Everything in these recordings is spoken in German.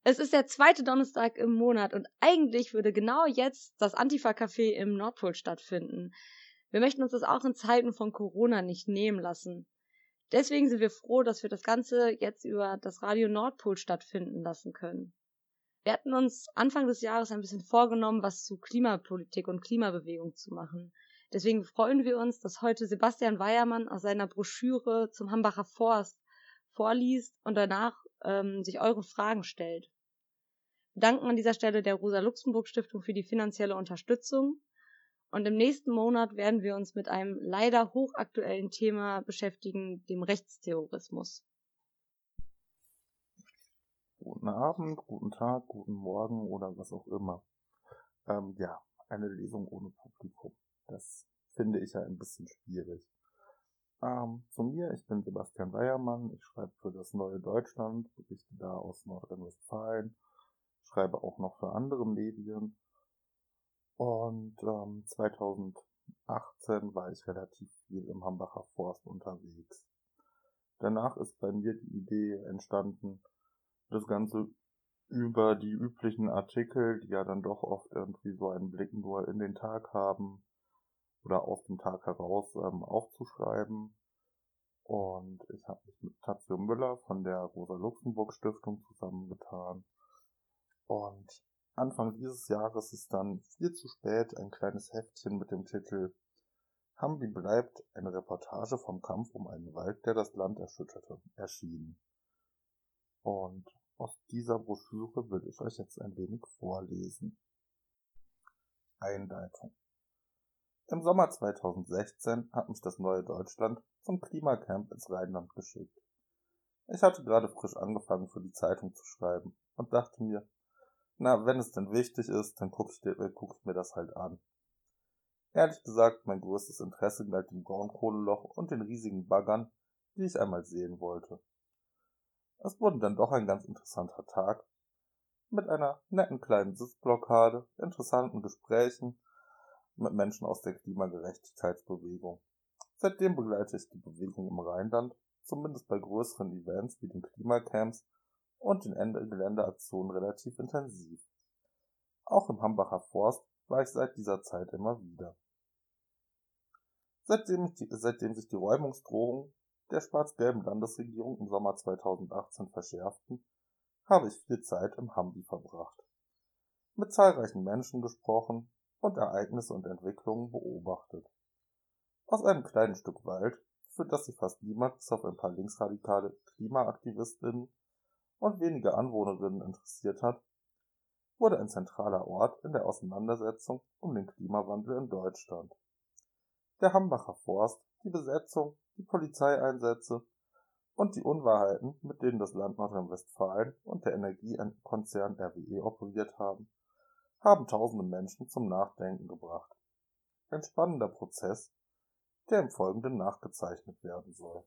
Es ist der zweite Donnerstag im Monat und eigentlich würde genau jetzt das Antifa-Café im Nordpol stattfinden. Wir möchten uns das auch in Zeiten von Corona nicht nehmen lassen. Deswegen sind wir froh, dass wir das Ganze jetzt über das Radio Nordpol stattfinden lassen können. Wir hatten uns Anfang des Jahres ein bisschen vorgenommen, was zu Klimapolitik und Klimabewegung zu machen. Deswegen freuen wir uns, dass heute Sebastian Weiermann aus seiner Broschüre zum Hambacher Forst vorliest und danach sich eure Fragen stellt. Wir danken an dieser Stelle der Rosa-Luxemburg-Stiftung für die finanzielle Unterstützung. Und im nächsten Monat werden wir uns mit einem leider hochaktuellen Thema beschäftigen, dem Rechtsterrorismus. Guten Abend, guten Tag, guten Morgen oder was auch immer. Eine Lesung ohne Publikum. Das finde ich ja ein bisschen schwierig. Zu mir, ich bin Sebastian Weiermann, ich schreibe für das Neue Deutschland, berichte da aus Nordrhein-Westfalen, schreibe auch noch für andere Medien und 2018 war ich relativ viel im Hambacher Forst unterwegs. Danach ist bei mir die Idee entstanden, das Ganze über die üblichen Artikel, die ja dann doch oft irgendwie so einen Blick nur in den Tag haben oder aus dem Tag heraus aufzuschreiben. Und ich habe mich mit Tazio Müller von der Rosa-Luxemburg-Stiftung zusammengetan. Und Anfang dieses Jahres ist dann viel zu spät ein kleines Heftchen mit dem Titel Hambi bleibt, eine Reportage vom Kampf um einen Wald, der das Land erschütterte, erschienen. Und aus dieser Broschüre will ich euch jetzt ein wenig vorlesen. Einleitung. Im Sommer 2016 hat mich das Neue Deutschland zum Klimacamp ins Rheinland geschickt. Ich hatte gerade frisch angefangen für die Zeitung zu schreiben und dachte mir, na, wenn es denn wichtig ist, dann guck ich mir das halt an. Ehrlich gesagt, mein größtes Interesse galt dem Braunkohleloch und den riesigen Baggern, die ich einmal sehen wollte. Es wurde dann doch ein ganz interessanter Tag, mit einer netten kleinen Sitzblockade, interessanten Gesprächen mit Menschen aus der Klimagerechtigkeitsbewegung. Seitdem begleite ich die Bewegung im Rheinland, zumindest bei größeren Events wie den Klimacamps und den Ende-Gelände-Aktionen relativ intensiv. Auch im Hambacher Forst war ich seit dieser Zeit immer wieder. Seitdem sich die Räumungsdrohungen der schwarz-gelben Landesregierung im Sommer 2018 verschärften, habe ich viel Zeit im Hambi verbracht, mit zahlreichen Menschen gesprochen und Ereignisse und Entwicklungen beobachtet. Aus einem kleinen Stück Wald, für das sich fast niemand bis auf ein paar linksradikale KlimaaktivistInnen und wenige Anwohnerinnen interessiert hat, wurde ein zentraler Ort in der Auseinandersetzung um den Klimawandel in Deutschland. Der Hambacher Forst, die Besetzung, die Polizeieinsätze und die Unwahrheiten, mit denen das Land Nordrhein-Westfalen und der Energiekonzern RWE operiert haben, haben tausende Menschen zum Nachdenken gebracht. Ein spannender Prozess, der im Folgenden nachgezeichnet werden soll.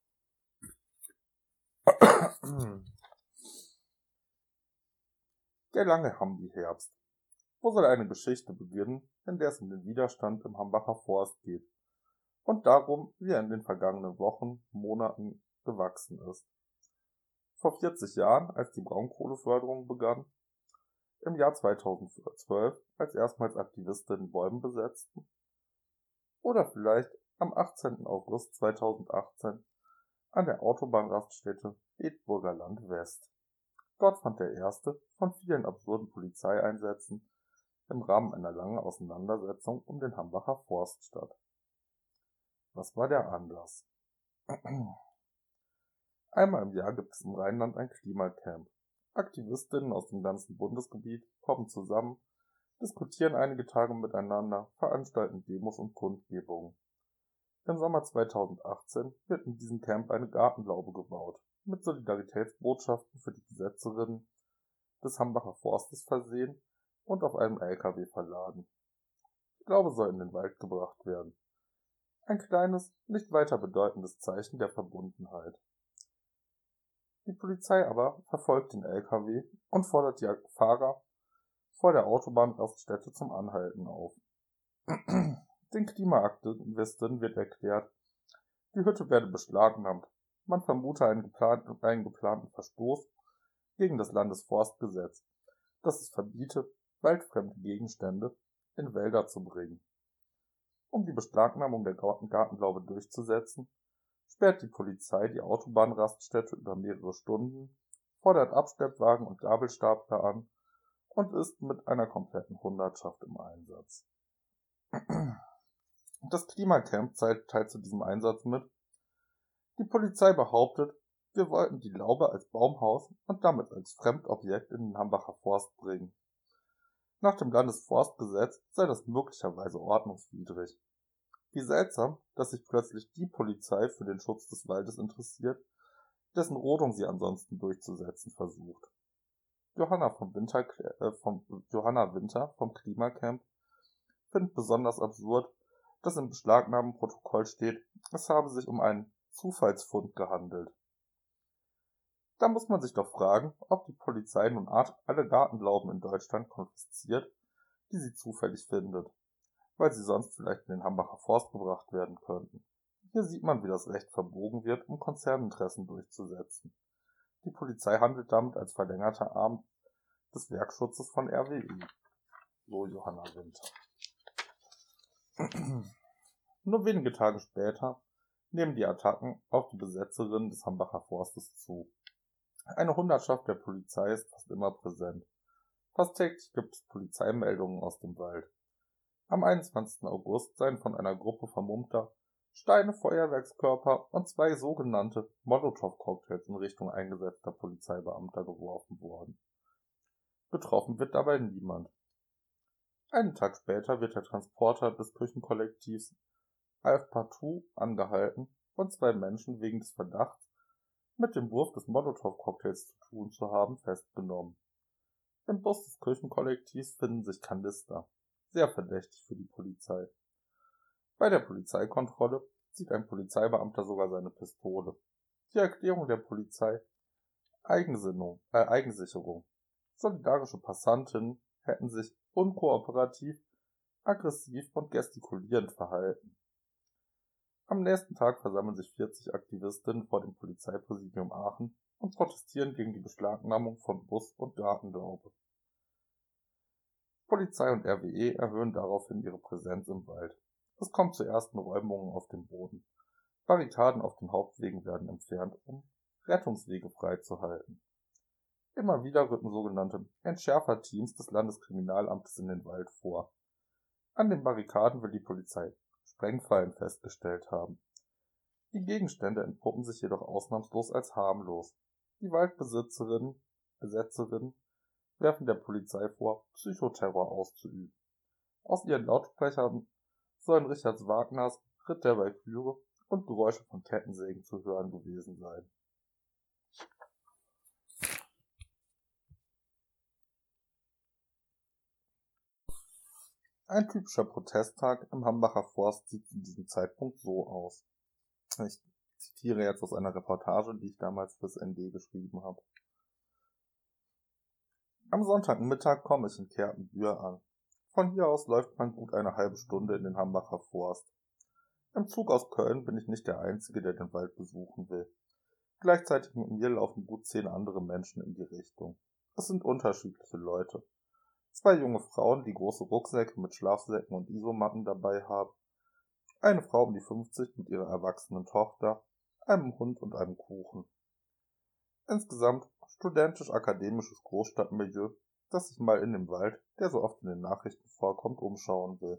Der lange Hambi-Herbst. Wo soll eine Geschichte beginnen, in der es um den Widerstand im Hambacher Forst geht und darum, wie er in den vergangenen Wochen, Monaten gewachsen ist. Vor 40 Jahren, als die Braunkohleförderung begann, im Jahr 2012, als erstmals Aktivistinnen Bäume besetzten, oder vielleicht am 18. August 2018 an der Autobahnraststätte Bedburger Land West. Dort fand der erste von vielen absurden Polizeieinsätzen im Rahmen einer langen Auseinandersetzung um den Hambacher Forst statt. Was war der Anlass? Einmal im Jahr gibt es im Rheinland ein Klimacamp. Aktivistinnen aus dem ganzen Bundesgebiet kommen zusammen, diskutieren einige Tage miteinander, veranstalten Demos und Kundgebungen. Im Sommer 2018 wird in diesem Camp eine Gartenlaube gebaut, mit Solidaritätsbotschaften für die Besetzerinnen des Hambacher Forstes versehen und auf einem LKW verladen. Die Laube soll in den Wald gebracht werden. Ein kleines, nicht weiter bedeutendes Zeichen der Verbundenheit. Die Polizei aber verfolgt den LKW und fordert die Fahrer vor der Autobahnraststätte zum Anhalten auf. Den Klimaaktivisten wird erklärt, die Hütte werde beschlagnahmt. Man vermute einen geplanten Verstoß gegen das Landesforstgesetz, das es verbietet, waldfremde Gegenstände in Wälder zu bringen. Um die Beschlagnahmung der Gartenlaube durchzusetzen, sperrt die Polizei die Autobahnraststätte über mehrere Stunden, fordert Abschleppwagen und Gabelstapler an und ist mit einer kompletten Hundertschaft im Einsatz. Das Klimacamp teilt zu diesem Einsatz mit: Die Polizei behauptet, wir wollten die Laube als Baumhaus und damit als Fremdobjekt in den Hambacher Forst bringen. Nach dem Landesforstgesetz sei das möglicherweise ordnungswidrig. Wie seltsam, dass sich plötzlich die Polizei für den Schutz des Waldes interessiert, dessen Rodung sie ansonsten durchzusetzen versucht. Johanna Winter vom Klimacamp findet besonders absurd, dass im Beschlagnahmenprotokoll steht, es habe sich um einen Zufallsfund gehandelt. Da muss man sich doch fragen, ob die Polizei nun alle Gartenlauben in Deutschland konfisziert, die sie zufällig findet, weil sie sonst vielleicht in den Hambacher Forst gebracht werden könnten. Hier sieht man, wie das Recht verbogen wird, um Konzerninteressen durchzusetzen. Die Polizei handelt damit als verlängerter Arm des Werkschutzes von RWE, so Johanna Winter. Nur wenige Tage später nehmen die Attacken auf die Besetzerinnen des Hambacher Forstes zu. Eine Hundertschaft der Polizei ist fast immer präsent. Fast täglich gibt es Polizeimeldungen aus dem Wald. Am 21. August seien von einer Gruppe Vermummter Steine, Feuerwerkskörper und 2 sogenannte Molotow-Cocktails in Richtung eingesetzter Polizeibeamter geworfen worden. Betroffen wird dabei niemand. Einen Tag später wird der Transporter des Küchenkollektivs Alf Partout angehalten und 2 Menschen wegen des Verdachts, mit dem Wurf des Molotow-Cocktails zu tun zu haben, festgenommen. Im Bus des Küchenkollektivs finden sich Kanister, sehr verdächtig für die Polizei. Bei der Polizeikontrolle zieht ein Polizeibeamter sogar seine Pistole. Die Erklärung der Polizei: Eigensicherung. Solidarische Passantinnen hätten sich unkooperativ, aggressiv und gestikulierend verhalten. Am nächsten Tag versammeln sich 40 Aktivistinnen vor dem Polizeipräsidium Aachen und protestieren gegen die Beschlagnahmung von Bus und Gartenlaube. Polizei und RWE erhöhen daraufhin ihre Präsenz im Wald. Es kommt zu ersten Räumungen auf dem Boden. Barrikaden auf den Hauptwegen werden entfernt, um Rettungswege freizuhalten. Immer wieder rücken sogenannte Entschärferteams des Landeskriminalamtes in den Wald vor. An den Barrikaden will die Polizei Sprengfallen festgestellt haben. Die Gegenstände entpuppen sich jedoch ausnahmslos als harmlos. Die Waldbesetzerinnen werfen der Polizei vor, Psychoterror auszuüben. Aus ihren Lautsprechern sollen Richard Wagners Ritt der Walküre und Geräusche von Kettensägen zu hören gewesen sein. Ein typischer Protesttag im Hambacher Forst sieht zu diesem Zeitpunkt so aus. Ich zitiere jetzt aus einer Reportage, die ich damals fürs ND geschrieben habe. Am Sonntagmittag komme ich in Kerpenbühr an. Von hier aus läuft man gut eine halbe Stunde in den Hambacher Forst. Im Zug aus Köln bin ich nicht der Einzige, der den Wald besuchen will. Gleichzeitig mit mir laufen gut 10 andere Menschen in die Richtung. Es sind unterschiedliche Leute. 2 junge Frauen, die große Rucksäcke mit Schlafsäcken und Isomatten dabei haben. Eine Frau um die 50 mit ihrer erwachsenen Tochter, einem Hund und einem Kuchen. Insgesamt studentisch-akademisches Großstadtmilieu, das sich mal in dem Wald, der so oft in den Nachrichten vorkommt, umschauen will.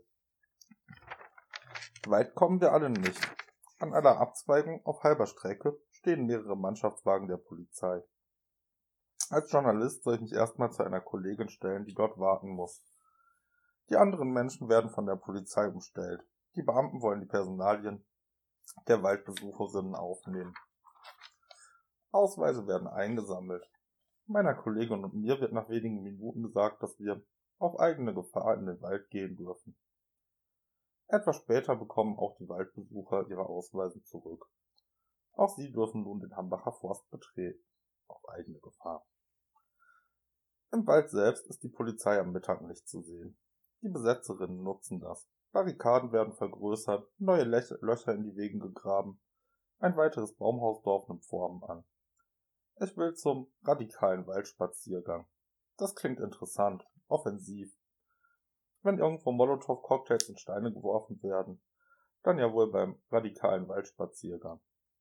Weit kommen wir alle nicht. An einer Abzweigung auf halber Strecke stehen mehrere Mannschaftswagen der Polizei. Als Journalist soll ich mich erstmal zu einer Kollegin stellen, die dort warten muss. Die anderen Menschen werden von der Polizei umstellt. Die Beamten wollen die Personalien der Waldbesucherinnen aufnehmen. Ausweise werden eingesammelt. Meiner Kollegin und mir wird nach wenigen Minuten gesagt, dass wir auf eigene Gefahr in den Wald gehen dürfen. Etwas später bekommen auch die Waldbesucher ihre Ausweise zurück. Auch sie dürfen nun den Hambacher Forst betreten, auf eigene Gefahr. Im Wald selbst ist die Polizei am Mittag nicht zu sehen. Die Besetzerinnen nutzen das. Barrikaden werden vergrößert, neue Löcher in die Wegen gegraben. Ein weiteres Baumhausdorf nimmt Formen an. Ich will zum radikalen Waldspaziergang. Das klingt interessant, offensiv. Wenn irgendwo Molotow-Cocktails und Steine geworfen werden, dann ja wohl beim radikalen Waldspaziergang.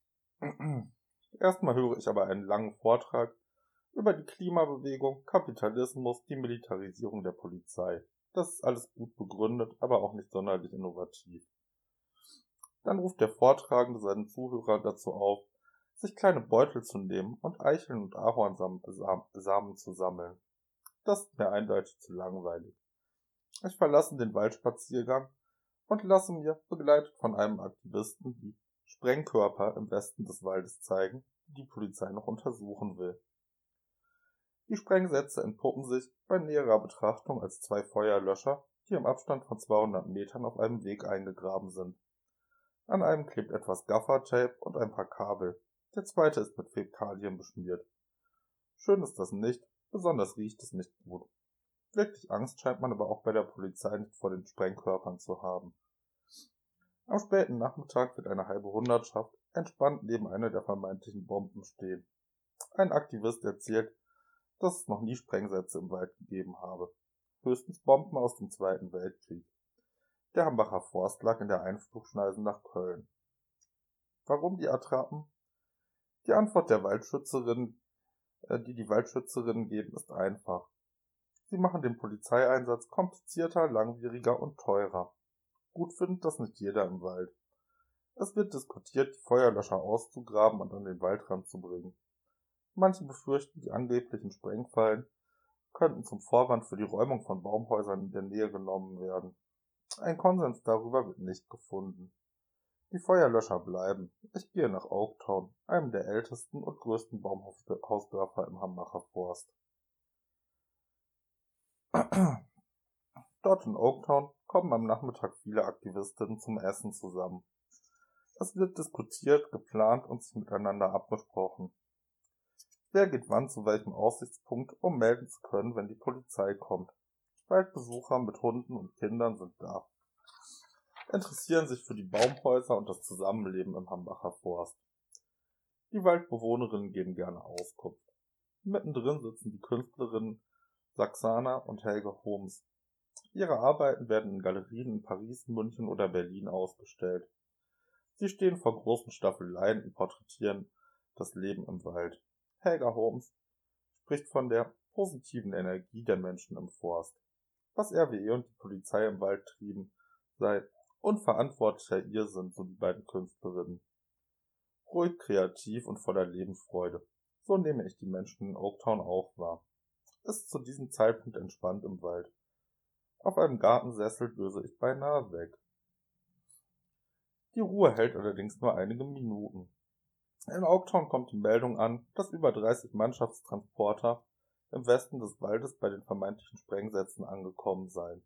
Erstmal höre ich aber einen langen Vortrag über die Klimabewegung, Kapitalismus, die Militarisierung der Polizei. Das ist alles gut begründet, aber auch nicht sonderlich innovativ. Dann ruft der Vortragende seinen Zuhörer dazu auf, sich kleine Beutel zu nehmen und Eicheln und Ahornsamen zu sammeln. Das ist mir eindeutig zu langweilig. Ich verlasse den Waldspaziergang und lasse mir, begleitet von einem Aktivisten, die Sprengkörper im Westen des Waldes zeigen, die die Polizei noch untersuchen will. Die Sprengsätze entpuppen sich bei näherer Betrachtung als 2 Feuerlöscher, die im Abstand von 200 Metern auf einem Weg eingegraben sind. An einem klebt etwas Gaffertape und ein paar Kabel. Der zweite ist mit Fäkalien beschmiert. Schön ist das nicht, besonders riecht es nicht gut. Wirklich Angst scheint man aber auch bei der Polizei nicht vor den Sprengkörpern zu haben. Am späten Nachmittag wird eine halbe Hundertschaft entspannt neben einer der vermeintlichen Bomben stehen. Ein Aktivist erzählt, dass es noch nie Sprengsätze im Wald gegeben habe. Höchstens Bomben aus dem Zweiten Weltkrieg. Der Hambacher Forst lag in der Einflugschneise nach Köln. Warum die Attrappen? Die Antwort der Waldschützerinnen, die Waldschützerinnen geben, ist einfach. Sie machen den Polizeieinsatz komplizierter, langwieriger und teurer. Gut findet das nicht jeder im Wald. Es wird diskutiert, die Feuerlöscher auszugraben und an den Waldrand zu bringen. Manche befürchten, die angeblichen Sprengfallen könnten zum Vorwand für die Räumung von Baumhäusern in der Nähe genommen werden. Ein Konsens darüber wird nicht gefunden. Die Feuerlöscher bleiben. Ich gehe nach Oaktown, einem der ältesten und größten Baumhausdörfer im Hambacher Forst. Dort in Oaktown kommen am Nachmittag viele Aktivistinnen zum Essen zusammen. Es wird diskutiert, geplant und sich miteinander abgesprochen. Wer geht wann zu welchem Aussichtspunkt, um melden zu können, wenn die Polizei kommt. Waldbesucher mit Hunden und Kindern sind da. Interessieren sich für die Baumhäuser und das Zusammenleben im Hambacher Forst. Die Waldbewohnerinnen geben gerne Auskunft. Mittendrin sitzen die Künstlerinnen Saxana und Helge Holmes. Ihre Arbeiten werden in Galerien in Paris, München oder Berlin ausgestellt. Sie stehen vor großen Staffeleien und porträtieren das Leben im Wald. Helga Holmes spricht von der positiven Energie der Menschen im Forst. Was RWE und die Polizei im Wald trieben, sei unverantwortlicher Irrsinn, so die beiden Künstlerinnen. Ruhig, kreativ und voller Lebensfreude. So nehme ich die Menschen in Oaktown auch wahr. Ist zu diesem Zeitpunkt entspannt im Wald. Auf einem Gartensessel döse ich beinahe weg. Die Ruhe hält allerdings nur einige Minuten. In Oaktown kommt die Meldung an, dass über 30 Mannschaftstransporter im Westen des Waldes bei den vermeintlichen Sprengsätzen angekommen seien.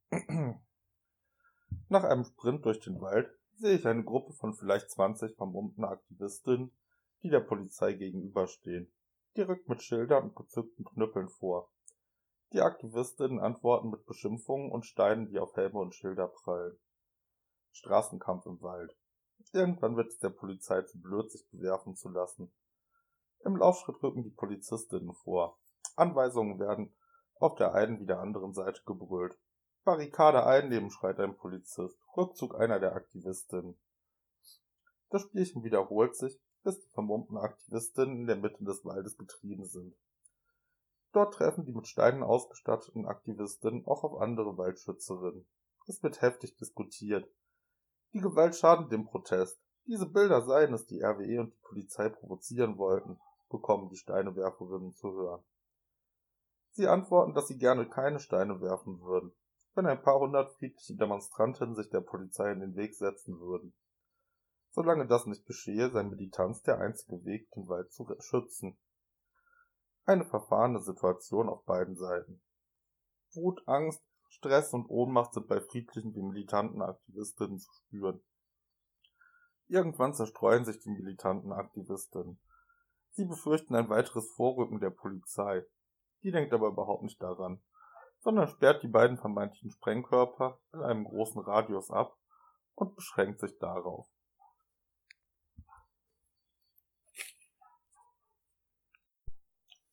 Nach einem Sprint durch den Wald sehe ich eine Gruppe von vielleicht 20 vermummten Aktivistinnen, die der Polizei gegenüberstehen, direkt mit Schildern und gezückten Knüppeln vor. Die Aktivistinnen antworten mit Beschimpfungen und Steinen, die auf Helme und Schilder prallen. Straßenkampf im Wald. Irgendwann wird es der Polizei zu blöd, sich bewerfen zu lassen. Im Laufschritt rücken die Polizistinnen vor. Anweisungen werden auf der einen wie der anderen Seite gebrüllt. Barrikade einnehmen, schreit ein Polizist. Rückzug einer der Aktivistinnen. Das Spielchen wiederholt sich, bis die vermummten Aktivistinnen in der Mitte des Waldes getrieben sind. Dort treffen die mit Steinen ausgestatteten Aktivistinnen auch auf andere Waldschützerinnen. Es wird heftig diskutiert. Die Gewalt schadet dem Protest. Diese Bilder seien es, die RWE und die Polizei provozieren wollten, bekommen die Steinewerferinnen zu hören. Sie antworten, dass sie gerne keine Steine werfen würden, wenn ein paar hundert friedliche Demonstrantinnen sich der Polizei in den Weg setzen würden. Solange das nicht geschehe, sei Militanz der einzige Weg, den Wald zu schützen. Eine verfahrene Situation auf beiden Seiten. Wut, Angst, Stress und Ohnmacht sind bei friedlichen wie militanten Aktivistinnen zu spüren. Irgendwann zerstreuen sich die militanten Aktivistinnen. Sie befürchten ein weiteres Vorrücken der Polizei. Die denkt aber überhaupt nicht daran, sondern sperrt die beiden vermeintlichen Sprengkörper in einem großen Radius ab und beschränkt sich darauf.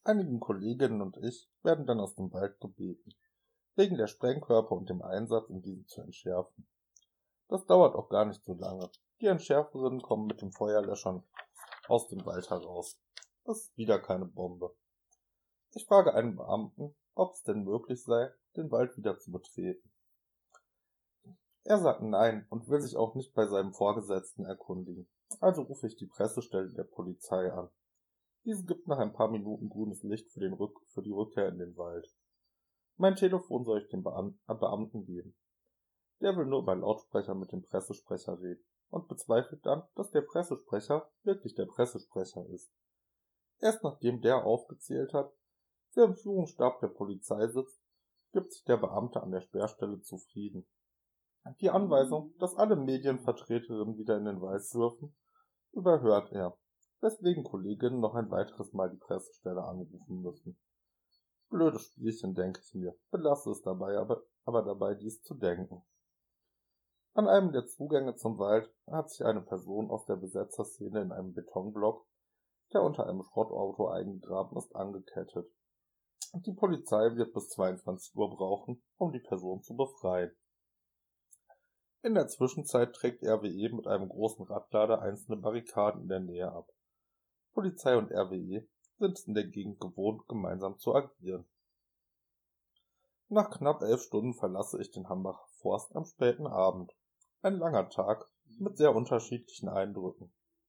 Einige Kolleginnen und ich werden dann aus dem Wald gebeten, wegen der Sprengkörper und dem Einsatz, um diese zu entschärfen. Das dauert auch gar nicht so lange. Die Entschärferinnen kommen mit dem Feuerlöschern aus dem Wald heraus. Das ist wieder keine Bombe. Ich frage einen Beamten, ob es denn möglich sei, den Wald wieder zu betreten. Er sagt nein und will sich auch nicht bei seinem Vorgesetzten erkundigen. Also rufe ich die Pressestelle der Polizei an. Diese gibt nach ein paar Minuten grünes Licht für die Rückkehr in den Wald. Mein Telefon soll ich dem Beamten geben. Der will nur über Lautsprecher mit dem Pressesprecher reden und bezweifelt dann, dass der Pressesprecher wirklich der Pressesprecher ist. Erst nachdem der aufgezählt hat, wer im Führungsstab der Polizei sitzt, gibt sich der Beamte an der Sperrstelle zufrieden. Die Anweisung, dass alle Medienvertreterinnen wieder in den Wald dürfen, überhört er, weswegen Kolleginnen noch ein weiteres Mal die Pressestelle anrufen müssen. Blödes Spielchen, denke ich mir, belasse es dabei, aber dabei dies zu denken. An einem der Zugänge zum Wald hat sich eine Person aus der Besetzerszene in einem Betonblock, der unter einem Schrottauto eingegraben ist, angekettet. Die Polizei wird bis 22 Uhr brauchen, um die Person zu befreien. In der Zwischenzeit trägt RWE mit einem großen Radlader einzelne Barrikaden in der Nähe ab. Polizei und RWE sind es in der Gegend gewohnt, gemeinsam zu agieren. Nach knapp 11 Stunden verlasse ich den Hambacher Forst am späten Abend. Ein langer Tag mit sehr unterschiedlichen Eindrücken.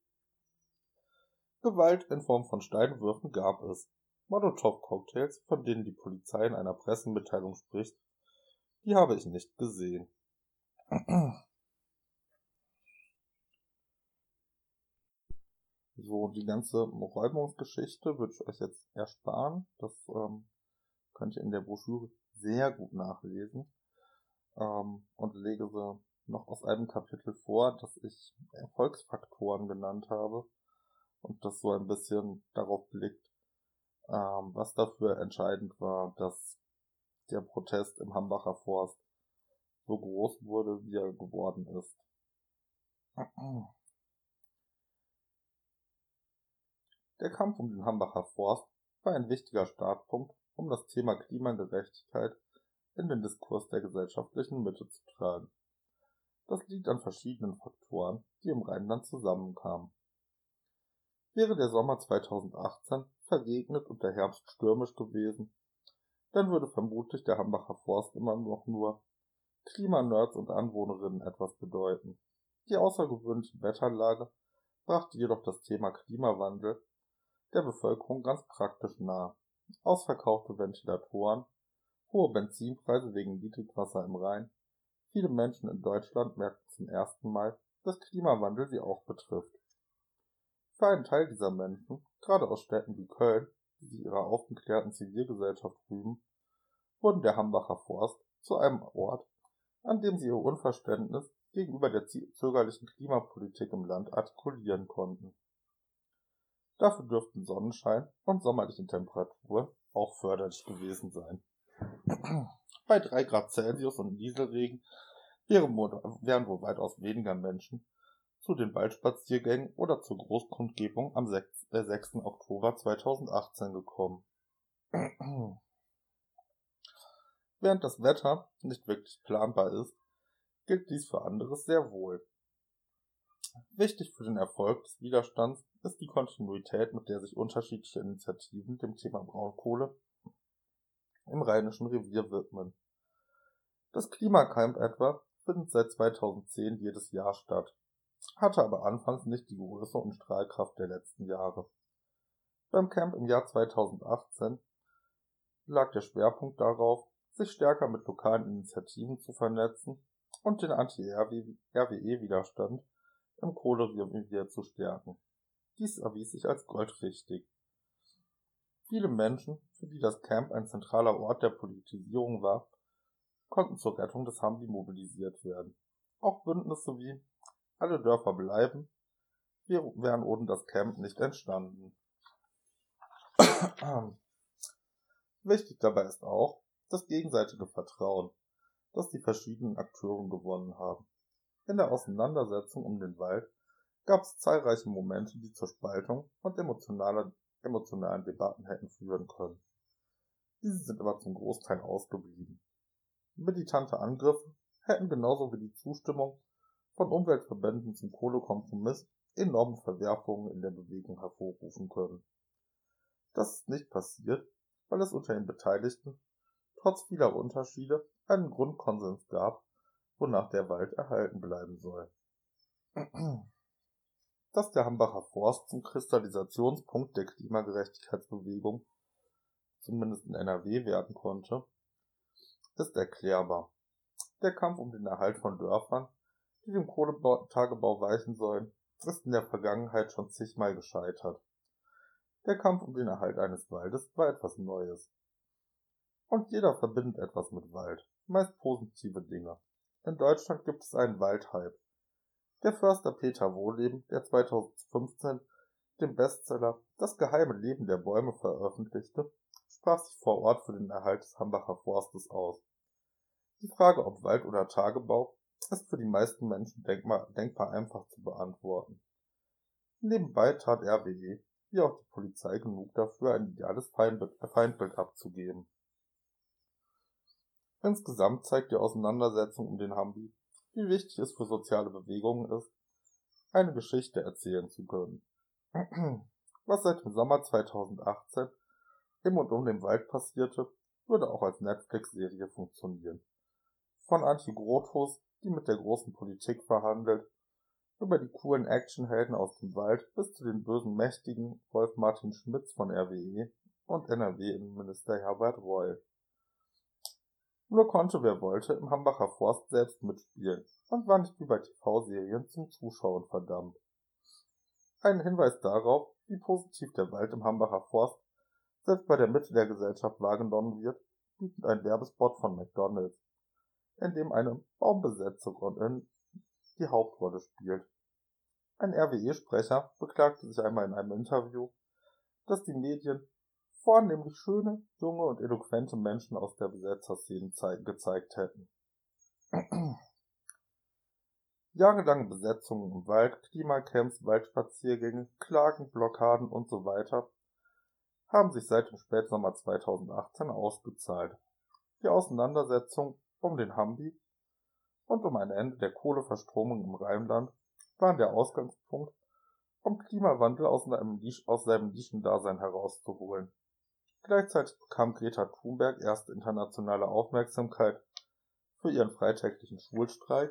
Gewalt in Form von Steinwürfen gab es. Molotow-Cocktails, von denen die Polizei in einer Pressemitteilung spricht, die habe ich nicht gesehen. So, die ganze Räumungsgeschichte würde ich euch jetzt ersparen. Das könnt ihr in der Broschüre sehr gut nachlesen. Und lege sie noch aus einem Kapitel vor, das ich Erfolgsfaktoren genannt habe. Und das so ein bisschen darauf blickt, was dafür entscheidend war, dass der Protest im Hambacher Forst so groß wurde, wie er geworden ist. Der Kampf um den Hambacher Forst war ein wichtiger Startpunkt, um das Thema Klimagerechtigkeit in den Diskurs der gesellschaftlichen Mitte zu tragen. Das liegt an verschiedenen Faktoren, die im Rheinland zusammenkamen. Wäre der Sommer 2018 verregnet und der Herbst stürmisch gewesen, dann würde vermutlich der Hambacher Forst immer noch nur Klimanerds und Anwohnerinnen etwas bedeuten. Die außergewöhnliche Wetterlage brachte jedoch das Thema Klimawandel der Bevölkerung ganz praktisch nah. Ausverkaufte Ventilatoren, hohe Benzinpreise wegen Niedrigwasser im Rhein. Viele Menschen in Deutschland merken zum ersten Mal, dass Klimawandel sie auch betrifft. Für einen Teil dieser Menschen, gerade aus Städten wie Köln, die sich ihrer aufgeklärten Zivilgesellschaft rühmen, wurden der Hambacher Forst zu einem Ort, an dem sie ihr Unverständnis gegenüber der zögerlichen Klimapolitik im Land artikulieren konnten. Dafür dürften Sonnenschein und sommerliche Temperaturen auch förderlich gewesen sein. Bei 3 Grad Celsius und Nieselregen wären wohl weitaus weniger Menschen zu den Waldspaziergängen oder zur Großkundgebung am 6. Oktober 2018 gekommen. Während das Wetter nicht wirklich planbar ist, gilt dies für anderes sehr wohl. Wichtig für den Erfolg des Widerstands ist die Kontinuität, mit der sich unterschiedliche Initiativen dem Thema Braunkohle im Rheinischen Revier widmen. Das Klimacamp etwa findet seit 2010 jedes Jahr statt, hatte aber anfangs nicht die Größe und Strahlkraft der letzten Jahre. Beim Camp im Jahr 2018 lag der Schwerpunkt darauf, sich stärker mit lokalen Initiativen zu vernetzen und den Anti-RWE-Widerstand im Kohlerevier zu stärken. Dies erwies sich als goldrichtig. Viele Menschen, für die das Camp ein zentraler Ort der Politisierung war, konnten zur Rettung des Hambi mobilisiert werden. Auch Bündnisse wie Alle Dörfer bleiben wären ohne das Camp nicht entstanden. Wichtig dabei ist auch das gegenseitige Vertrauen, das die verschiedenen Akteure gewonnen haben. In der Auseinandersetzung um den Wald gab es zahlreiche Momente, die zur Spaltung und emotionaler emotionalen Debatten hätten führen können. Diese sind aber zum Großteil ausgeblieben. Militante Angriffe hätten genauso wie die Zustimmung von Umweltverbänden zum Kohlekompromiss enorme Verwerfungen in der Bewegung hervorrufen können. Das ist nicht passiert, weil es unter den Beteiligten trotz vieler Unterschiede einen Grundkonsens gab, wonach der Wald erhalten bleiben soll. Dass der Hambacher Forst zum Kristallisationspunkt der Klimagerechtigkeitsbewegung, zumindest in NRW, werden konnte, ist erklärbar. Der Kampf um den Erhalt von Dörfern, die dem Kohletagebau weichen sollen, ist in der Vergangenheit schon zigmal gescheitert. Der Kampf um den Erhalt eines Waldes war etwas Neues. Und jeder verbindet etwas mit Wald, meist positive Dinge. In Deutschland gibt es einen Waldhype. Der Förster Peter Wohleben, der 2015 den Bestseller Das geheime Leben der Bäume veröffentlichte, sprach sich vor Ort für den Erhalt des Hambacher Forstes aus. Die Frage, ob Wald oder Tagebau, ist für die meisten Menschen denkbar einfach zu beantworten. Nebenbei tat RWE, wie auch die Polizei, genug dafür, ein ideales Feindbild abzugeben. Insgesamt zeigt die Auseinandersetzung um den Hambi, wie wichtig es für soziale Bewegungen ist, eine Geschichte erzählen zu können. Was seit dem Sommer 2018 im und um den Wald passierte, würde auch als Netflix-Serie funktionieren. Von Antje Grothus, die mit der großen Politik verhandelt, über die coolen Actionhelden aus dem Wald bis zu den bösen Mächtigen Wolf Martin Schmitz von RWE und NRW-Innenminister Herbert Reul. Nur konnte, wer wollte, im Hambacher Forst selbst mitspielen und war nicht wie bei TV-Serien zum Zuschauen verdammt. Ein Hinweis darauf, wie positiv der Wald im Hambacher Forst selbst bei der Mitte der Gesellschaft wahrgenommen wird, bietet ein Werbespot von McDonald's, in dem eine Baumbesetzerin die Hauptrolle spielt. Ein RWE-Sprecher beklagte sich einmal in einem Interview, dass die Medien vornehmlich schöne, junge und eloquente Menschen aus der Besetzerszene gezeigt hätten. Jahrelange Besetzungen im Wald, Klimacamps, Waldspaziergänge, Klagen, Blockaden usw. haben sich seit dem Spätsommer 2018 ausgezahlt. Die Auseinandersetzung um den Hambi und um ein Ende der Kohleverstromung im Rheinland waren der Ausgangspunkt, um Klimawandel aus seinem Nischendasein herauszuholen. Gleichzeitig bekam Greta Thunberg erste internationale Aufmerksamkeit für ihren freitäglichen Schulstreik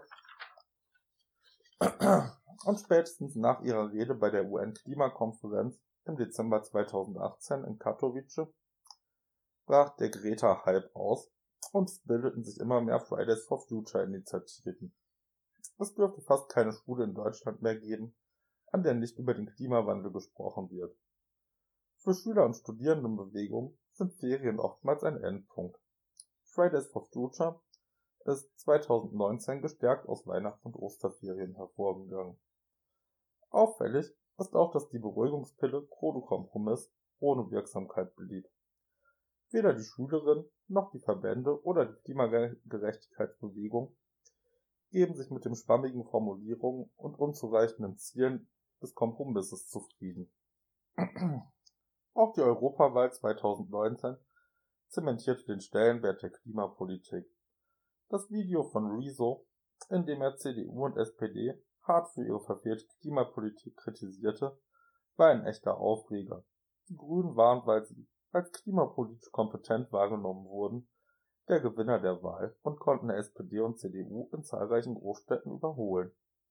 und spätestens nach ihrer Rede bei der UN-Klimakonferenz im Dezember 2018 in Katowice brach der Greta-Hype aus und es bildeten sich immer mehr Fridays for Future-Initiativen. Es dürfte fast keine Schule in Deutschland mehr geben, an der nicht über den Klimawandel gesprochen wird. Für Schüler und Studierendenbewegungen sind Ferien oftmals ein Endpunkt. Fridays for Future ist 2019 gestärkt aus Weihnachts- und Osterferien hervorgegangen. Auffällig ist auch, dass die Beruhigungspille Kohlekompromiss ohne Wirksamkeit blieb. Weder die Schülerinnen noch die Verbände oder die Klimagerechtigkeitsbewegung geben sich mit den schwammigen Formulierungen und unzureichenden Zielen des Kompromisses zufrieden. Auch die Europawahl 2019 zementierte den Stellenwert der Klimapolitik. Das Video von Rezo, in dem er CDU und SPD hart für ihre verfehlte Klimapolitik kritisierte, war ein echter Aufreger. Die Grünen waren, weil sie als klimapolitisch kompetent wahrgenommen wurden, der Gewinner der Wahl und konnten SPD und CDU in zahlreichen Großstädten überholen.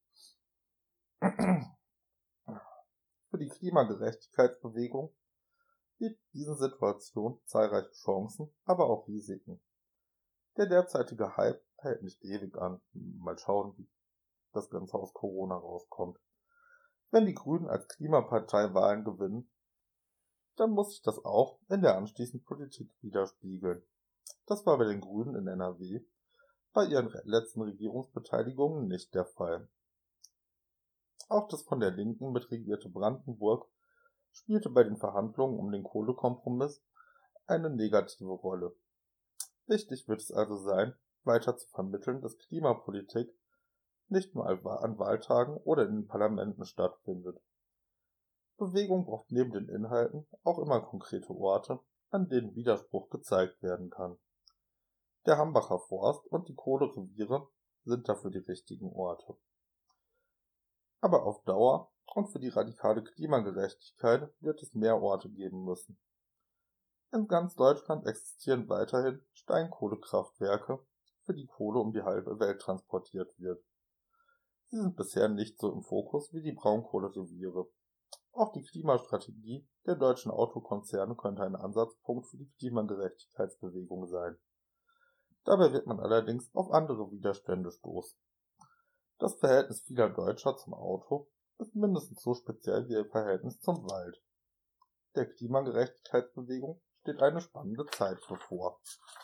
Für die Klimagerechtigkeitsbewegung bietet diese Situation zahlreiche Chancen, aber auch Risiken. Der derzeitige Hype hält nicht ewig an. Mal schauen, wie das Ganze aus Corona rauskommt. Wenn die Grünen als Klimapartei Wahlen gewinnen, dann muss sich das auch in der anschließenden Politik widerspiegeln. Das war bei den Grünen in NRW bei ihren letzten Regierungsbeteiligungen nicht der Fall. Auch das von der Linken mitregierte Brandenburg spielte bei den Verhandlungen um den Kohlekompromiss eine negative Rolle. Wichtig wird es also sein, weiter zu vermitteln, dass Klimapolitik nicht nur an Wahltagen oder in den Parlamenten stattfindet. Bewegung braucht neben den Inhalten auch immer konkrete Orte, an denen Widerspruch gezeigt werden kann. Der Hambacher Forst und die Kohlereviere sind dafür die richtigen Orte. Aber auf Dauer und für die radikale Klimagerechtigkeit wird es mehr Orte geben müssen. In ganz Deutschland existieren weiterhin Steinkohlekraftwerke, für die Kohle um die halbe Welt transportiert wird. Sie sind bisher nicht so im Fokus wie die Braunkohlereviere. Auch die Klimastrategie der deutschen Autokonzerne könnte ein Ansatzpunkt für die Klimagerechtigkeitsbewegung sein. Dabei wird man allerdings auf andere Widerstände stoßen. Das Verhältnis vieler Deutscher zum Auto ist mindestens so speziell wie ihr Verhältnis zum Wald. Der Klimagerechtigkeitsbewegung steht eine spannende Zeit bevor.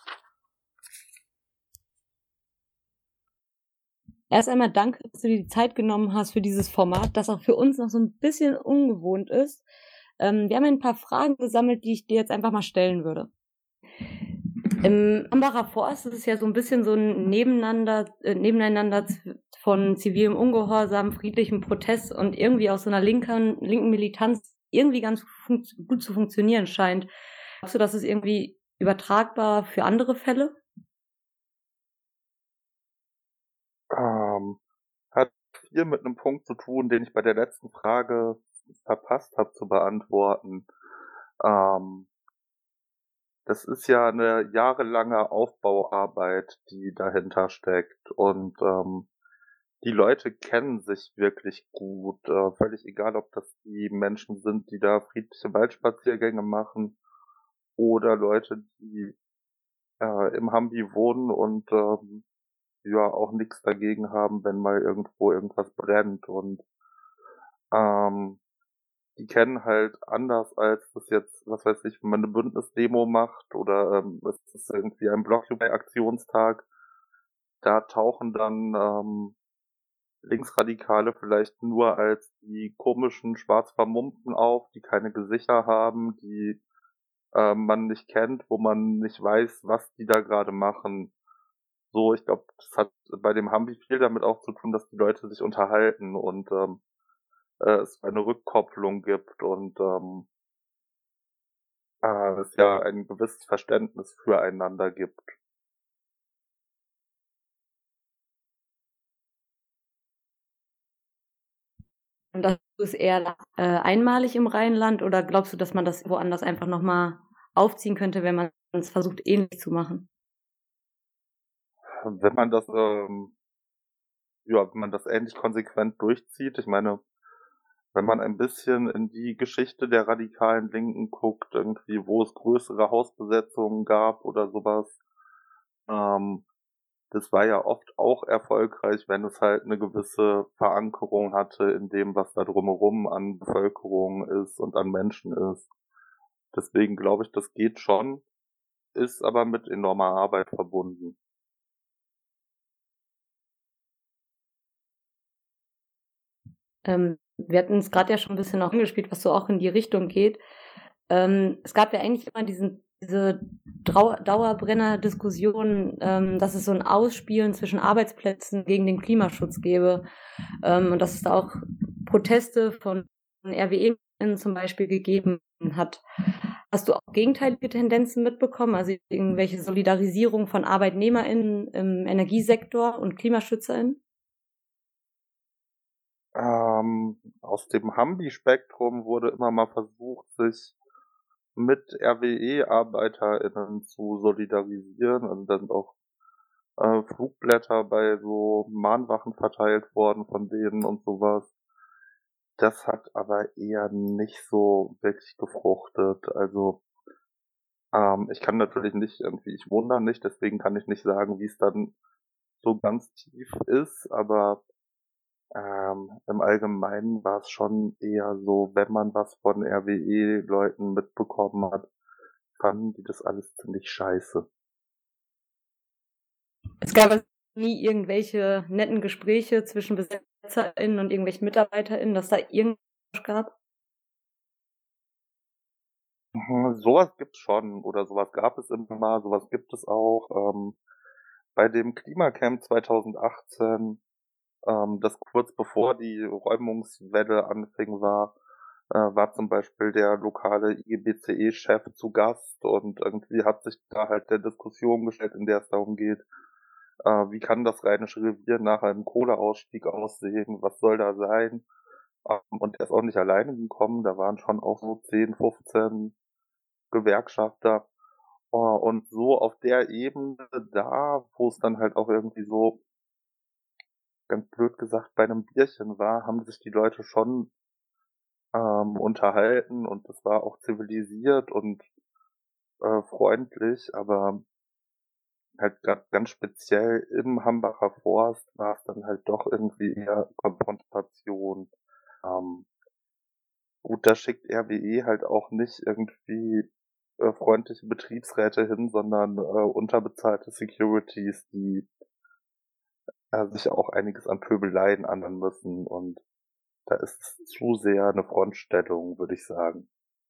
Erst einmal danke, dass du dir die Zeit genommen hast für dieses Format, das auch für uns noch so ein bisschen ungewohnt ist. Wir haben ein paar Fragen gesammelt, die ich dir jetzt einfach mal stellen würde. Im Hambacher Forst ist es ja so ein bisschen so ein Nebeneinander von zivilem Ungehorsam, friedlichem Protest und irgendwie auch so einer linken Militanz irgendwie ganz gut zu funktionieren scheint. Glaubst du, das ist irgendwie übertragbar für andere Fälle? Hat viel mit einem Punkt zu tun, den ich bei der letzten Frage verpasst habe zu beantworten. Das ist ja eine jahrelange Aufbauarbeit, die dahinter steckt, und die Leute kennen sich wirklich gut. Völlig egal, ob das die Menschen sind, die da friedliche Waldspaziergänge machen, oder Leute, die im Hambi wohnen und ja auch nichts dagegen haben, wenn mal irgendwo irgendwas brennt. Und die kennen halt anders als das jetzt, was weiß ich, wenn man eine Bündnisdemo macht oder es ist irgendwie ein Blockupy-Aktionstag, da tauchen dann Linksradikale vielleicht nur als die komischen schwarz vermummten auf, die keine Gesichter haben, die man nicht kennt, wo man nicht weiß, was die da gerade machen. So, ich glaube, das hat bei dem Hambi viel damit auch zu tun, dass die Leute sich unterhalten und es eine Rückkopplung gibt und es ja ein gewisses Verständnis füreinander gibt. Und das ist eher einmalig im Rheinland oder glaubst du, dass man das woanders einfach nochmal aufziehen könnte, wenn man es versucht, ähnlich zu machen? Wenn man das, wenn man das ähnlich konsequent durchzieht, ich meine, wenn man ein bisschen in die Geschichte der radikalen Linken guckt, irgendwie, wo es größere Hausbesetzungen gab oder sowas, das war ja oft auch erfolgreich, wenn es halt eine gewisse Verankerung hatte in dem, was da drumherum an Bevölkerung ist und an Menschen ist. Deswegen glaube ich, das geht schon, ist aber mit enormer Arbeit verbunden. Wir hatten es gerade ja schon ein bisschen auch angespielt, was so auch in die Richtung geht. Es gab ja eigentlich immer diese Dauerbrenner-Diskussion, dass es so ein Ausspielen zwischen Arbeitsplätzen gegen den Klimaschutz gäbe und dass es da auch Proteste von RWE zum Beispiel gegeben hat. Hast du auch gegenteilige Tendenzen mitbekommen, also irgendwelche Solidarisierung von ArbeitnehmerInnen im Energiesektor und KlimaschützerInnen? Aus dem Hambi-Spektrum wurde immer mal versucht, sich mit RWE-ArbeiterInnen zu solidarisieren. Also da sind auch Flugblätter bei so Mahnwachen verteilt worden von denen und sowas. Das hat aber eher nicht so wirklich gefruchtet. Also ich kann natürlich nicht irgendwie, ich wohne da nicht, deswegen kann ich nicht sagen, wie es dann so ganz tief ist, aber im Allgemeinen war es schon eher so, wenn man was von RWE-Leuten mitbekommen hat, fanden die das alles ziemlich scheiße. Es gab also nie irgendwelche netten Gespräche zwischen BesetzerInnen und irgendwelchen MitarbeiterInnen, dass da irgendwas gab? Sowas gibt's schon, oder sowas gab es immer mal, sowas gibt es auch. Bei dem Klimacamp 2018, das kurz bevor die Räumungswelle anfing war, war zum Beispiel der lokale IGBCE-Chef zu Gast und irgendwie hat sich da halt der Diskussion gestellt, in der es darum geht, wie kann das Rheinische Revier nach einem Kohleausstieg aussehen, was soll da sein? Und er ist auch nicht alleine gekommen, da waren schon auch so 10, 15 Gewerkschafter. Und so auf der Ebene da, wo es dann halt auch irgendwie so, ganz blöd gesagt, bei einem Bierchen war, haben sich die Leute schon unterhalten und es war auch zivilisiert und freundlich, aber halt ganz speziell im Hambacher Forst war es dann halt doch irgendwie eher Konfrontation. Ähm, gut, da schickt RWE halt auch nicht irgendwie freundliche Betriebsräte hin, sondern unterbezahlte Securities, die sich auch einiges an Pöbeleien anhören müssen und da ist es zu sehr eine Frontstellung, würde ich sagen.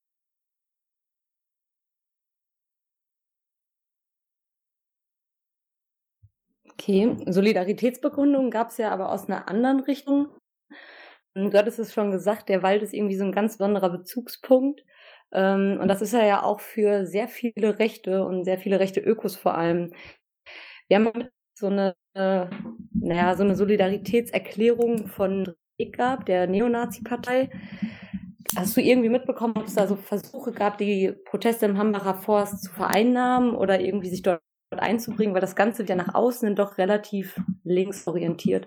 Okay, Solidaritätsbekundungen gab es ja aber aus einer anderen Richtung. Du hattest es schon gesagt, der Wald ist irgendwie so ein ganz besonderer Bezugspunkt. Und das ist er ja auch für sehr viele Rechte und sehr viele rechte Ökos vor allem. Wir haben so eine, so eine Solidaritätserklärung von EGAP, der Neonazi-Partei. Hast du irgendwie mitbekommen, ob es da so Versuche gab, die Proteste im Hambacher Forst zu vereinnahmen oder irgendwie sich dort einzubringen, weil das Ganze wird ja nach außen doch relativ linksorientiert.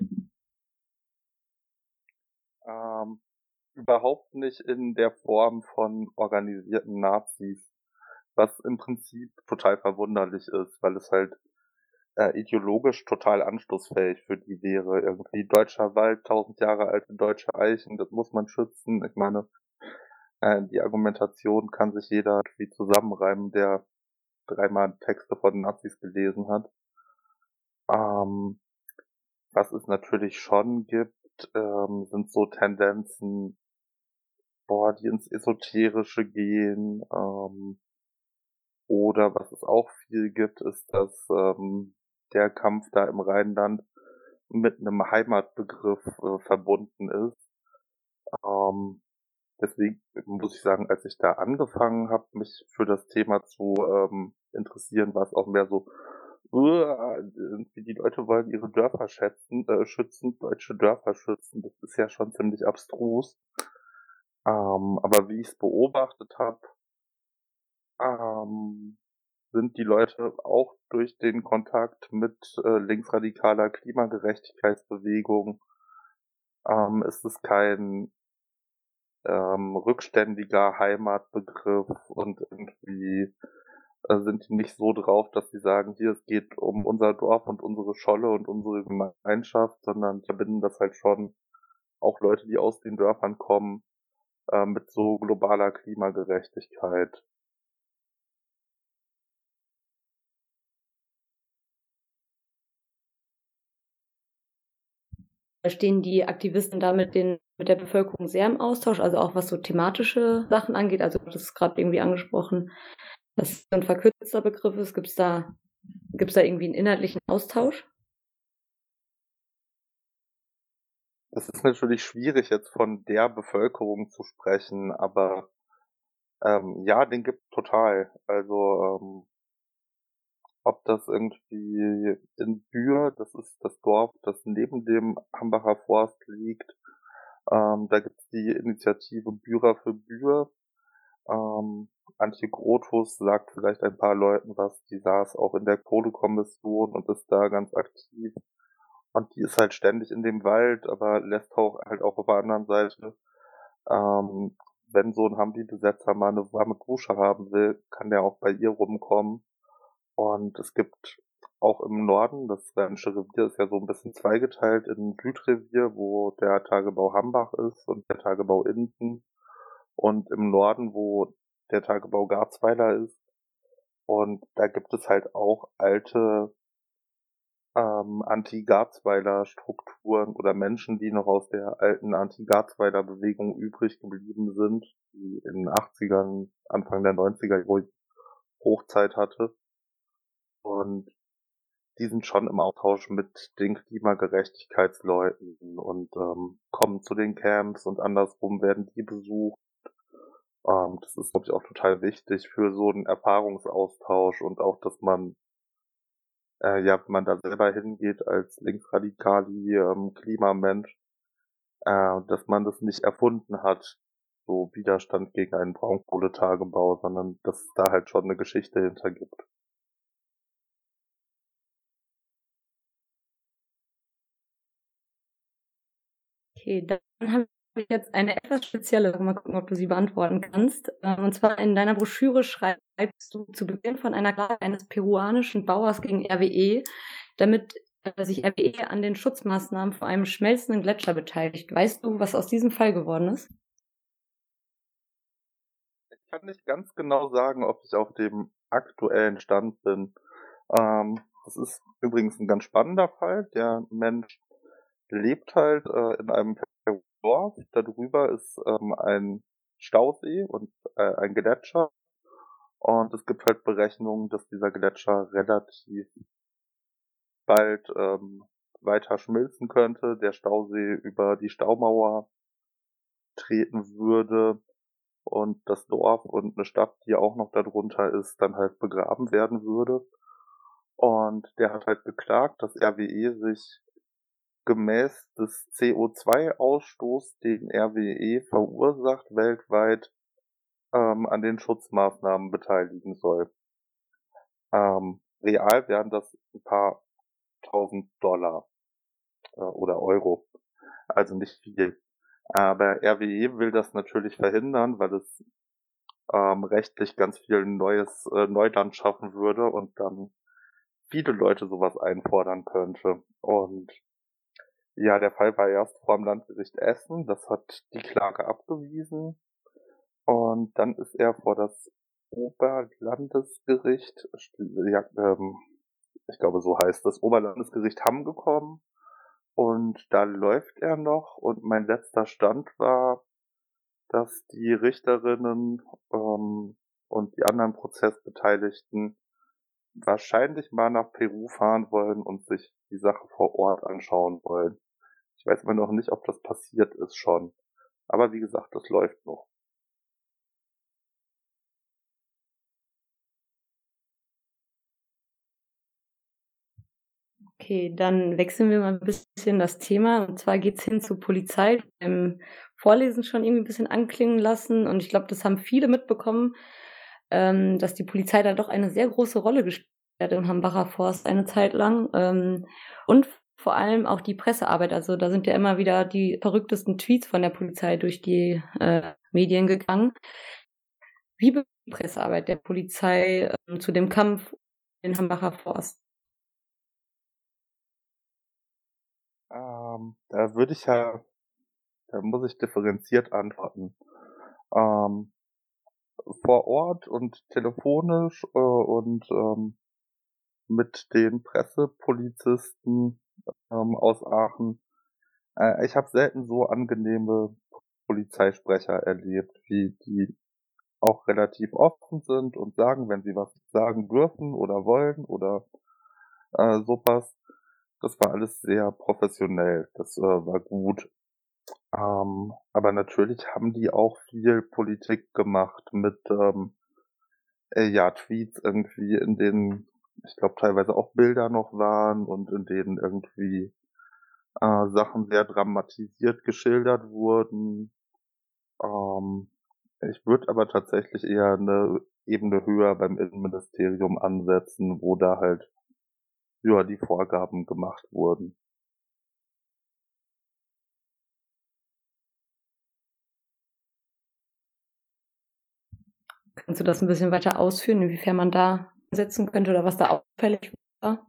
Überhaupt nicht in der Form von organisierten Nazis, was im Prinzip total verwunderlich ist, weil es halt ideologisch total anschlussfähig für die wäre. Irgendwie deutscher Wald, 1000 Jahre alte deutsche Eichen, das muss man schützen. Ich meine, die Argumentation kann sich jeder irgendwie zusammenreimen, der dreimal Texte von Nazis gelesen hat. Was es natürlich schon gibt, sind so Tendenzen, die ins Esoterische gehen. Oder was es auch viel gibt, ist, dass der Kampf da im Rheinland mit einem Heimatbegriff verbunden ist. Deswegen muss ich sagen, als ich da angefangen habe, mich für das Thema zu interessieren, war es auch mehr so, wie die Leute wollen ihre Dörfer schützen, deutsche Dörfer schützen. Das ist ja schon ziemlich abstrus. Aber wie ich es beobachtet habe, sind die Leute auch durch den Kontakt mit linksradikaler Klimagerechtigkeitsbewegung, ist es kein rückständiger Heimatbegriff und irgendwie sind die nicht so drauf, dass sie sagen, hier, es geht um unser Dorf und unsere Scholle und unsere Gemeinschaft, sondern verbinden das halt schon auch Leute, die aus den Dörfern kommen, mit so globaler Klimagerechtigkeit. Stehen die Aktivisten da mit der Bevölkerung sehr im Austausch, also auch was so thematische Sachen angeht? Also das ist gerade irgendwie angesprochen, dass es ein verkürzter Begriff ist. Gibt's da irgendwie einen inhaltlichen Austausch? Das ist natürlich schwierig, jetzt von der Bevölkerung zu sprechen, aber ja, den gibt's total. Also ob das irgendwie in Bühr, das ist das Dorf, das neben dem Hambacher Forst liegt, da gibt's die Initiative Bührer für Bühr. Antje Grothus sagt vielleicht ein paar Leuten was, die saß auch in der Kohlekommission und ist da ganz aktiv. Und die ist halt ständig in dem Wald, aber lässt auch halt auch auf der anderen Seite, ähm, wenn so ein Hambi-Besetzer mal eine warme Dusche haben will, kann der auch bei ihr rumkommen. Und es gibt auch im Norden, das Rheinische Revier ist ja so ein bisschen zweigeteilt in Südrevier, wo der Tagebau Hambach ist und der Tagebau Inden. Und im Norden, wo der Tagebau Garzweiler ist. Und da gibt es halt auch alte Anti-Garzweiler Strukturen oder Menschen, die noch aus der alten Anti-Garzweiler Bewegung übrig geblieben sind, die in den 80ern, Anfang der 90er, wo ich Hochzeit hatte. Und die sind schon im Austausch mit den Klimagerechtigkeitsleuten und kommen zu den Camps und andersrum werden die besucht. Das ist, glaube ich, auch total wichtig für so einen Erfahrungsaustausch und auch, dass man, wenn man da selber hingeht als Linksradikali, Klimamensch, dass man das nicht erfunden hat, so Widerstand gegen einen Braunkohletagebau, sondern dass es da halt schon eine Geschichte hinter gibt. Okay, dann habe ich jetzt eine etwas spezielle, mal gucken, ob du sie beantworten kannst. Und zwar in deiner Broschüre schreibst du zu Beginn von einer Klage eines peruanischen Bauers gegen RWE, damit sich RWE an den Schutzmaßnahmen vor einem schmelzenden Gletscher beteiligt. Weißt du, was aus diesem Fall geworden ist? Ich kann nicht ganz genau sagen, ob ich auf dem aktuellen Stand bin. Das ist übrigens ein ganz spannender Fall. Der Mensch lebt halt in einem Dorf. Darüber ist ein Stausee und ein Gletscher. Und es gibt halt Berechnungen, dass dieser Gletscher relativ bald weiter schmilzen könnte, der Stausee über die Staumauer treten würde und das Dorf und eine Stadt, die auch noch darunter ist, dann halt begraben werden würde. Und der hat halt geklagt, dass RWE sich gemäß des CO2-Ausstoß, den RWE verursacht, weltweit an den Schutzmaßnahmen beteiligen soll. Real wären das ein paar $1.000 oder Euro, also nicht viel. Aber RWE will das natürlich verhindern, weil es rechtlich ganz viel Neuland schaffen würde und dann viele Leute sowas einfordern könnte. Und ja, der Fall war erst vor dem Landgericht Essen, das hat die Klage abgewiesen. Und dann ist er vor das Oberlandesgericht, ja, ich glaube so heißt das, Oberlandesgericht Hamm gekommen. Und da läuft er noch. Und mein letzter Stand war, dass die Richterinnen und die anderen Prozessbeteiligten wahrscheinlich mal nach Peru fahren wollen und sich die Sache vor Ort anschauen wollen. Ich weiß aber noch nicht, ob das passiert ist schon. Aber wie gesagt, das läuft noch. Okay, dann wechseln wir mal ein bisschen das Thema. Und zwar geht's hin zur Polizei. Im Vorlesen schon irgendwie ein bisschen anklingen lassen. Und ich glaube, das haben viele mitbekommen, dass die Polizei da doch eine sehr große Rolle gespielt hat im Hambacher Forst eine Zeit lang. Und vor allem auch die Pressearbeit. Also da sind ja immer wieder die verrücktesten Tweets von der Polizei durch die Medien gegangen. Wie wird die Pressearbeit der Polizei zu dem Kampf in den Hambacher Forst? Da muss ich differenziert antworten. Ähm, Vor Ort und telefonisch und mit den Pressepolizisten aus Aachen. Ich habe selten so angenehme Polizeisprecher erlebt, wie die auch relativ offen sind und sagen, wenn sie was sagen dürfen oder wollen oder sowas. Das war alles sehr professionell. Das war gut. Aber natürlich haben die auch viel Politik gemacht mit Tweets irgendwie, in denen ich glaube teilweise auch Bilder noch waren und in denen irgendwie Sachen sehr dramatisiert geschildert wurden. Ähm, Ich würde aber tatsächlich eher eine Ebene höher beim Innenministerium ansetzen, wo da halt die Vorgaben gemacht wurden. Kannst du das ein bisschen weiter ausführen, inwiefern man da setzen könnte oder was da auffällig war?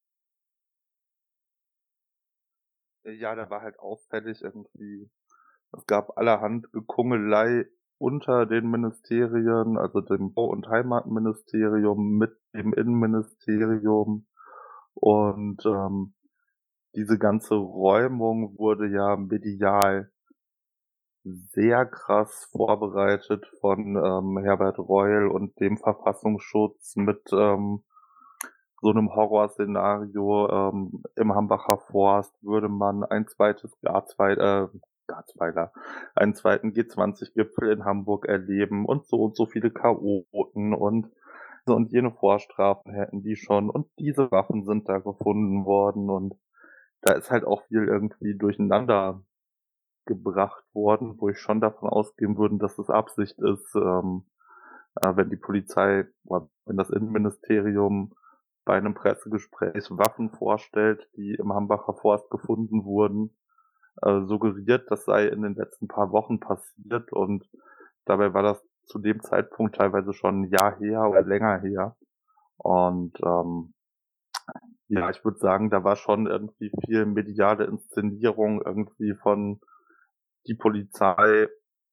Ja, da war halt auffällig irgendwie, es gab allerhand Gekungelei unter den Ministerien, also dem Bau- und Heimatministerium mit dem Innenministerium und diese ganze Räumung wurde ja medial sehr krass vorbereitet von Herbert Reul und dem Verfassungsschutz mit so einem Horrorszenario. Im Hambacher Forst würde man ein zweites Garzweiler, einen zweiten G20-Gipfel in Hamburg erleben und so viele Chaoten und so und jene Vorstrafen hätten die schon und diese Waffen sind da gefunden worden und da ist halt auch viel irgendwie durcheinander gebracht worden, wo ich schon davon ausgehen würde, dass es Absicht ist, wenn die Polizei oder wenn das Innenministerium bei einem Pressegespräch Waffen vorstellt, die im Hambacher Forst gefunden wurden, suggeriert, das sei in den letzten paar Wochen passiert und dabei war das zu dem Zeitpunkt teilweise schon ein Jahr her oder länger her. Und ja, ich würde sagen, da war schon irgendwie viel mediale Inszenierung irgendwie von die Polizei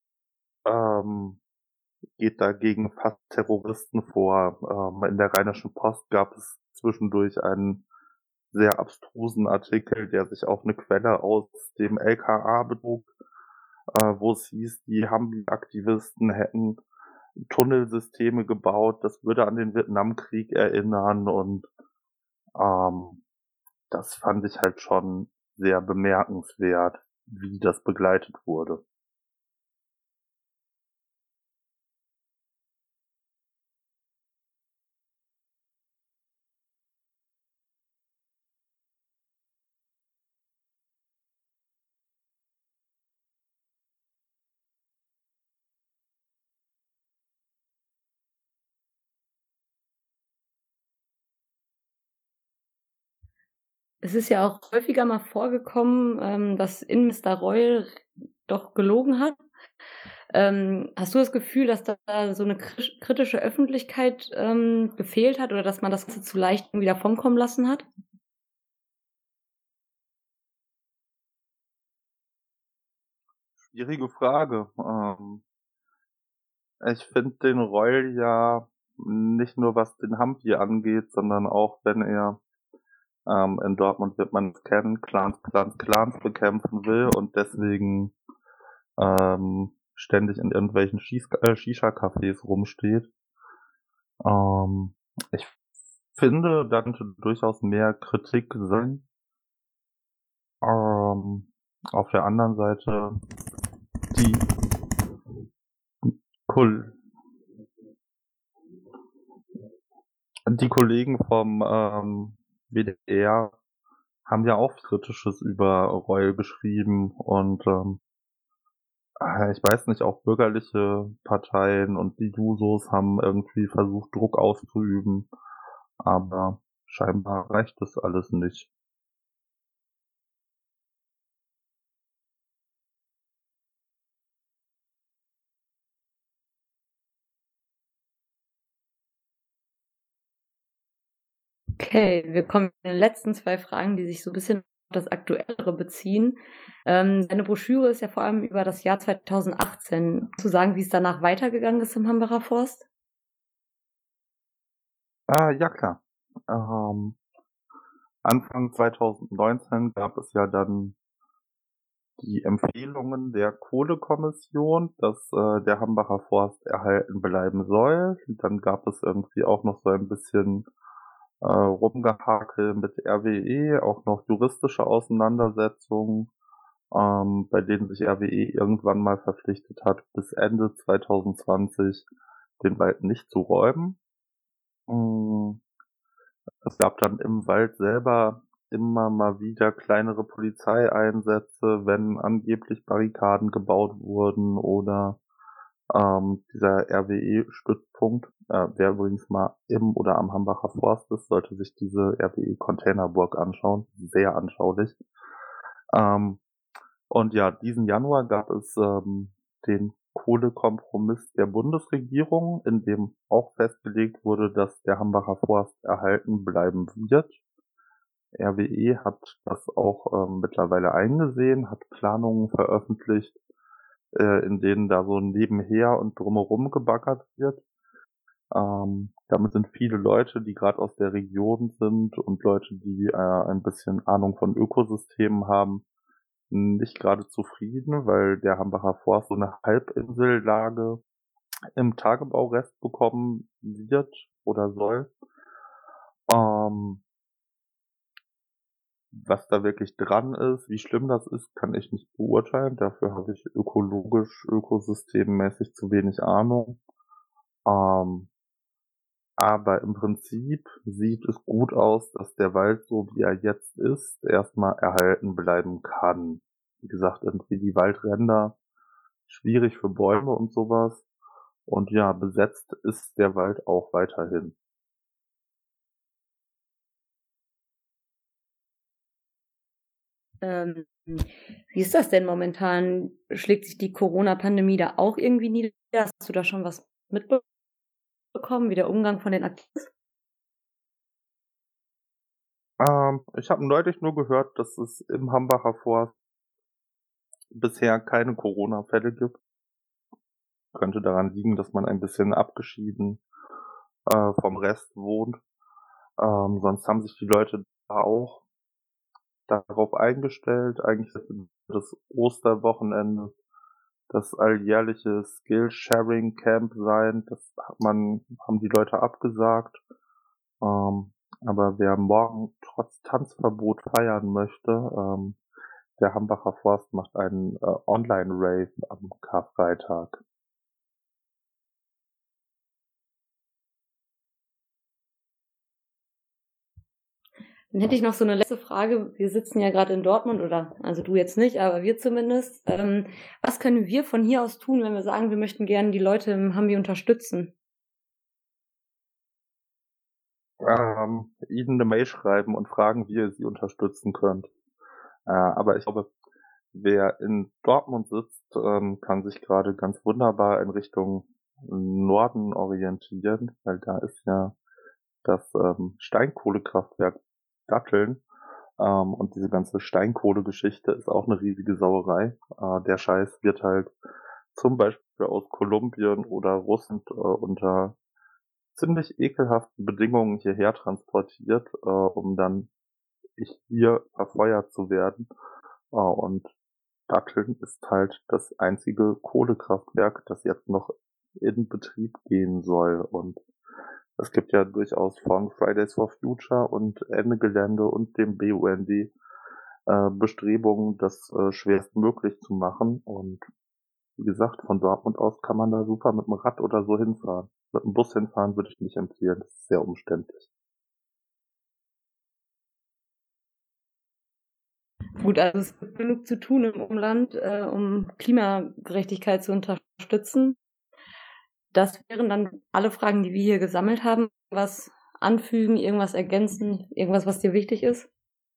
geht dagegen fast Terroristen vor. In der Rheinischen Post gab es zwischendurch einen sehr abstrusen Artikel, der sich auf eine Quelle aus dem LKA bezog, wo es hieß, die Hambi-Aktivisten hätten Tunnelsysteme gebaut, das würde an den Vietnamkrieg erinnern und das fand ich halt schon sehr bemerkenswert, wie das begleitet wurde. Es ist ja auch häufiger mal vorgekommen, dass Innenminister Reul doch gelogen hat. Hast du das Gefühl, dass da so eine kritische Öffentlichkeit gefehlt hat oder dass man das zu leicht irgendwie davonkommen lassen hat? Schwierige Frage. Ich finde den Reul ja nicht nur was den Hampi angeht, sondern auch, wenn er in Dortmund wird man es kennen, Clans bekämpfen will und deswegen ständig in irgendwelchen Shisha-Cafés rumsteht. Ich finde, da könnte durchaus mehr Kritik sein. Auf der anderen Seite die Kollegen vom WDR haben ja auch Kritisches über Reul geschrieben und ich weiß nicht, auch bürgerliche Parteien und die Jusos haben irgendwie versucht, Druck auszuüben, aber scheinbar reicht das alles nicht. Okay, wir kommen in den letzten 2 Fragen, die sich so ein bisschen auf das Aktuellere beziehen. Deine Broschüre ist ja vor allem über das Jahr 2018. Zu sagen, wie es danach weitergegangen ist im Hambacher Forst? Ja klar. Anfang 2019 gab es ja dann die Empfehlungen der Kohlekommission, dass der Hambacher Forst erhalten bleiben soll. Dann gab es irgendwie auch noch so ein bisschen Rumgehakel mit RWE, auch noch juristische Auseinandersetzungen, bei denen sich RWE irgendwann mal verpflichtet hat, bis Ende 2020 den Wald nicht zu räumen. Es gab dann im Wald selber immer mal wieder kleinere Polizeieinsätze, wenn angeblich Barrikaden gebaut wurden oder dieser RWE-Stützpunkt, wer übrigens mal im oder am Hambacher Forst ist, sollte sich diese RWE-Containerburg anschauen. Sehr anschaulich. Und ja, diesen Januar gab es den Kohlekompromiss der Bundesregierung, in dem auch festgelegt wurde, dass der Hambacher Forst erhalten bleiben wird. RWE hat das auch mittlerweile eingesehen, hat Planungen veröffentlicht, in denen da so nebenher und drumherum gebaggert wird. Damit sind viele Leute, die gerade aus der Region sind und Leute, die ein bisschen Ahnung von Ökosystemen haben, nicht gerade zufrieden, weil der Hambacher Forst so eine Halbinsellage im Tagebaurest bekommen wird oder soll. was da wirklich dran ist, wie schlimm das ist, kann ich nicht beurteilen. Dafür habe ich ökosystemmäßig zu wenig Ahnung. Aber im Prinzip sieht es gut aus, dass der Wald, so wie er jetzt ist, erstmal erhalten bleiben kann. Wie gesagt, irgendwie die Waldränder, schwierig für Bäume und sowas. Und ja, besetzt ist der Wald auch weiterhin. Wie ist das denn momentan? Schlägt sich die Corona-Pandemie da auch irgendwie nieder? Hast du da schon was mitbekommen, wie der Umgang von den Aktiven ist? Ich habe neulich nur gehört, dass es im Hambacher Forst bisher keine Corona-Fälle gibt. Könnte daran liegen, dass man ein bisschen abgeschieden vom Rest wohnt. Sonst haben sich die Leute da auch darauf eingestellt. Eigentlich das Osterwochenende das alljährliche Skill-Sharing-Camp sein. Das haben die Leute abgesagt. Aber wer morgen trotz Tanzverbot feiern möchte, der Hambacher Forst macht einen Online-Rave am Karfreitag. Dann hätte ich noch so eine letzte Frage. Wir sitzen ja gerade in Dortmund, oder also du jetzt nicht, aber wir zumindest. Was können wir von hier aus tun, wenn wir sagen, wir möchten gerne die Leute im Hambi unterstützen? Ihnen eine Mail schreiben und fragen, wie ihr sie unterstützen könnt. Aber ich glaube, wer in Dortmund sitzt, kann sich gerade ganz wunderbar in Richtung Norden orientieren, weil da ist ja das Steinkohlekraftwerk Datteln. Und diese ganze Steinkohlegeschichte ist auch eine riesige Sauerei. Der Scheiß wird halt zum Beispiel aus Kolumbien oder Russland unter ziemlich ekelhaften Bedingungen hierher transportiert, um dann hier verfeuert zu werden. Und Datteln ist halt das einzige Kohlekraftwerk, das jetzt noch in Betrieb gehen soll. Und es gibt ja durchaus von Fridays for Future und Ende Gelände und dem BUND Bestrebungen, das schwerstmöglich zu machen. Und wie gesagt, von Dortmund aus kann man da super mit dem Rad oder so hinfahren. Mit dem Bus hinfahren würde ich nicht empfehlen, das ist sehr umständlich. Gut, also es gibt genug zu tun im Umland, um Klimagerechtigkeit zu unterstützen. Das wären dann alle Fragen, die wir hier gesammelt haben. Was anfügen, irgendwas ergänzen, irgendwas, was dir wichtig ist?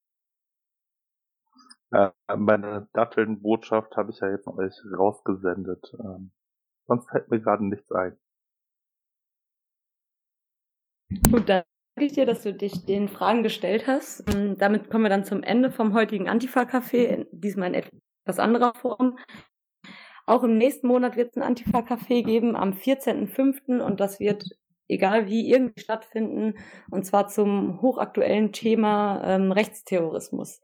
Meine Datteln-Botschaft habe ich ja jetzt an euch rausgesendet. Sonst fällt mir gerade nichts ein. Gut, dann danke ich dir, dass du dich den Fragen gestellt hast. Damit kommen wir dann zum Ende vom heutigen Antifa-Café, diesmal in etwas anderer Form. Auch im nächsten Monat wird es ein Antifa-Café geben, am 14.05. und das wird, egal wie, irgendwie stattfinden, und zwar zum hochaktuellen Thema Rechtsterrorismus.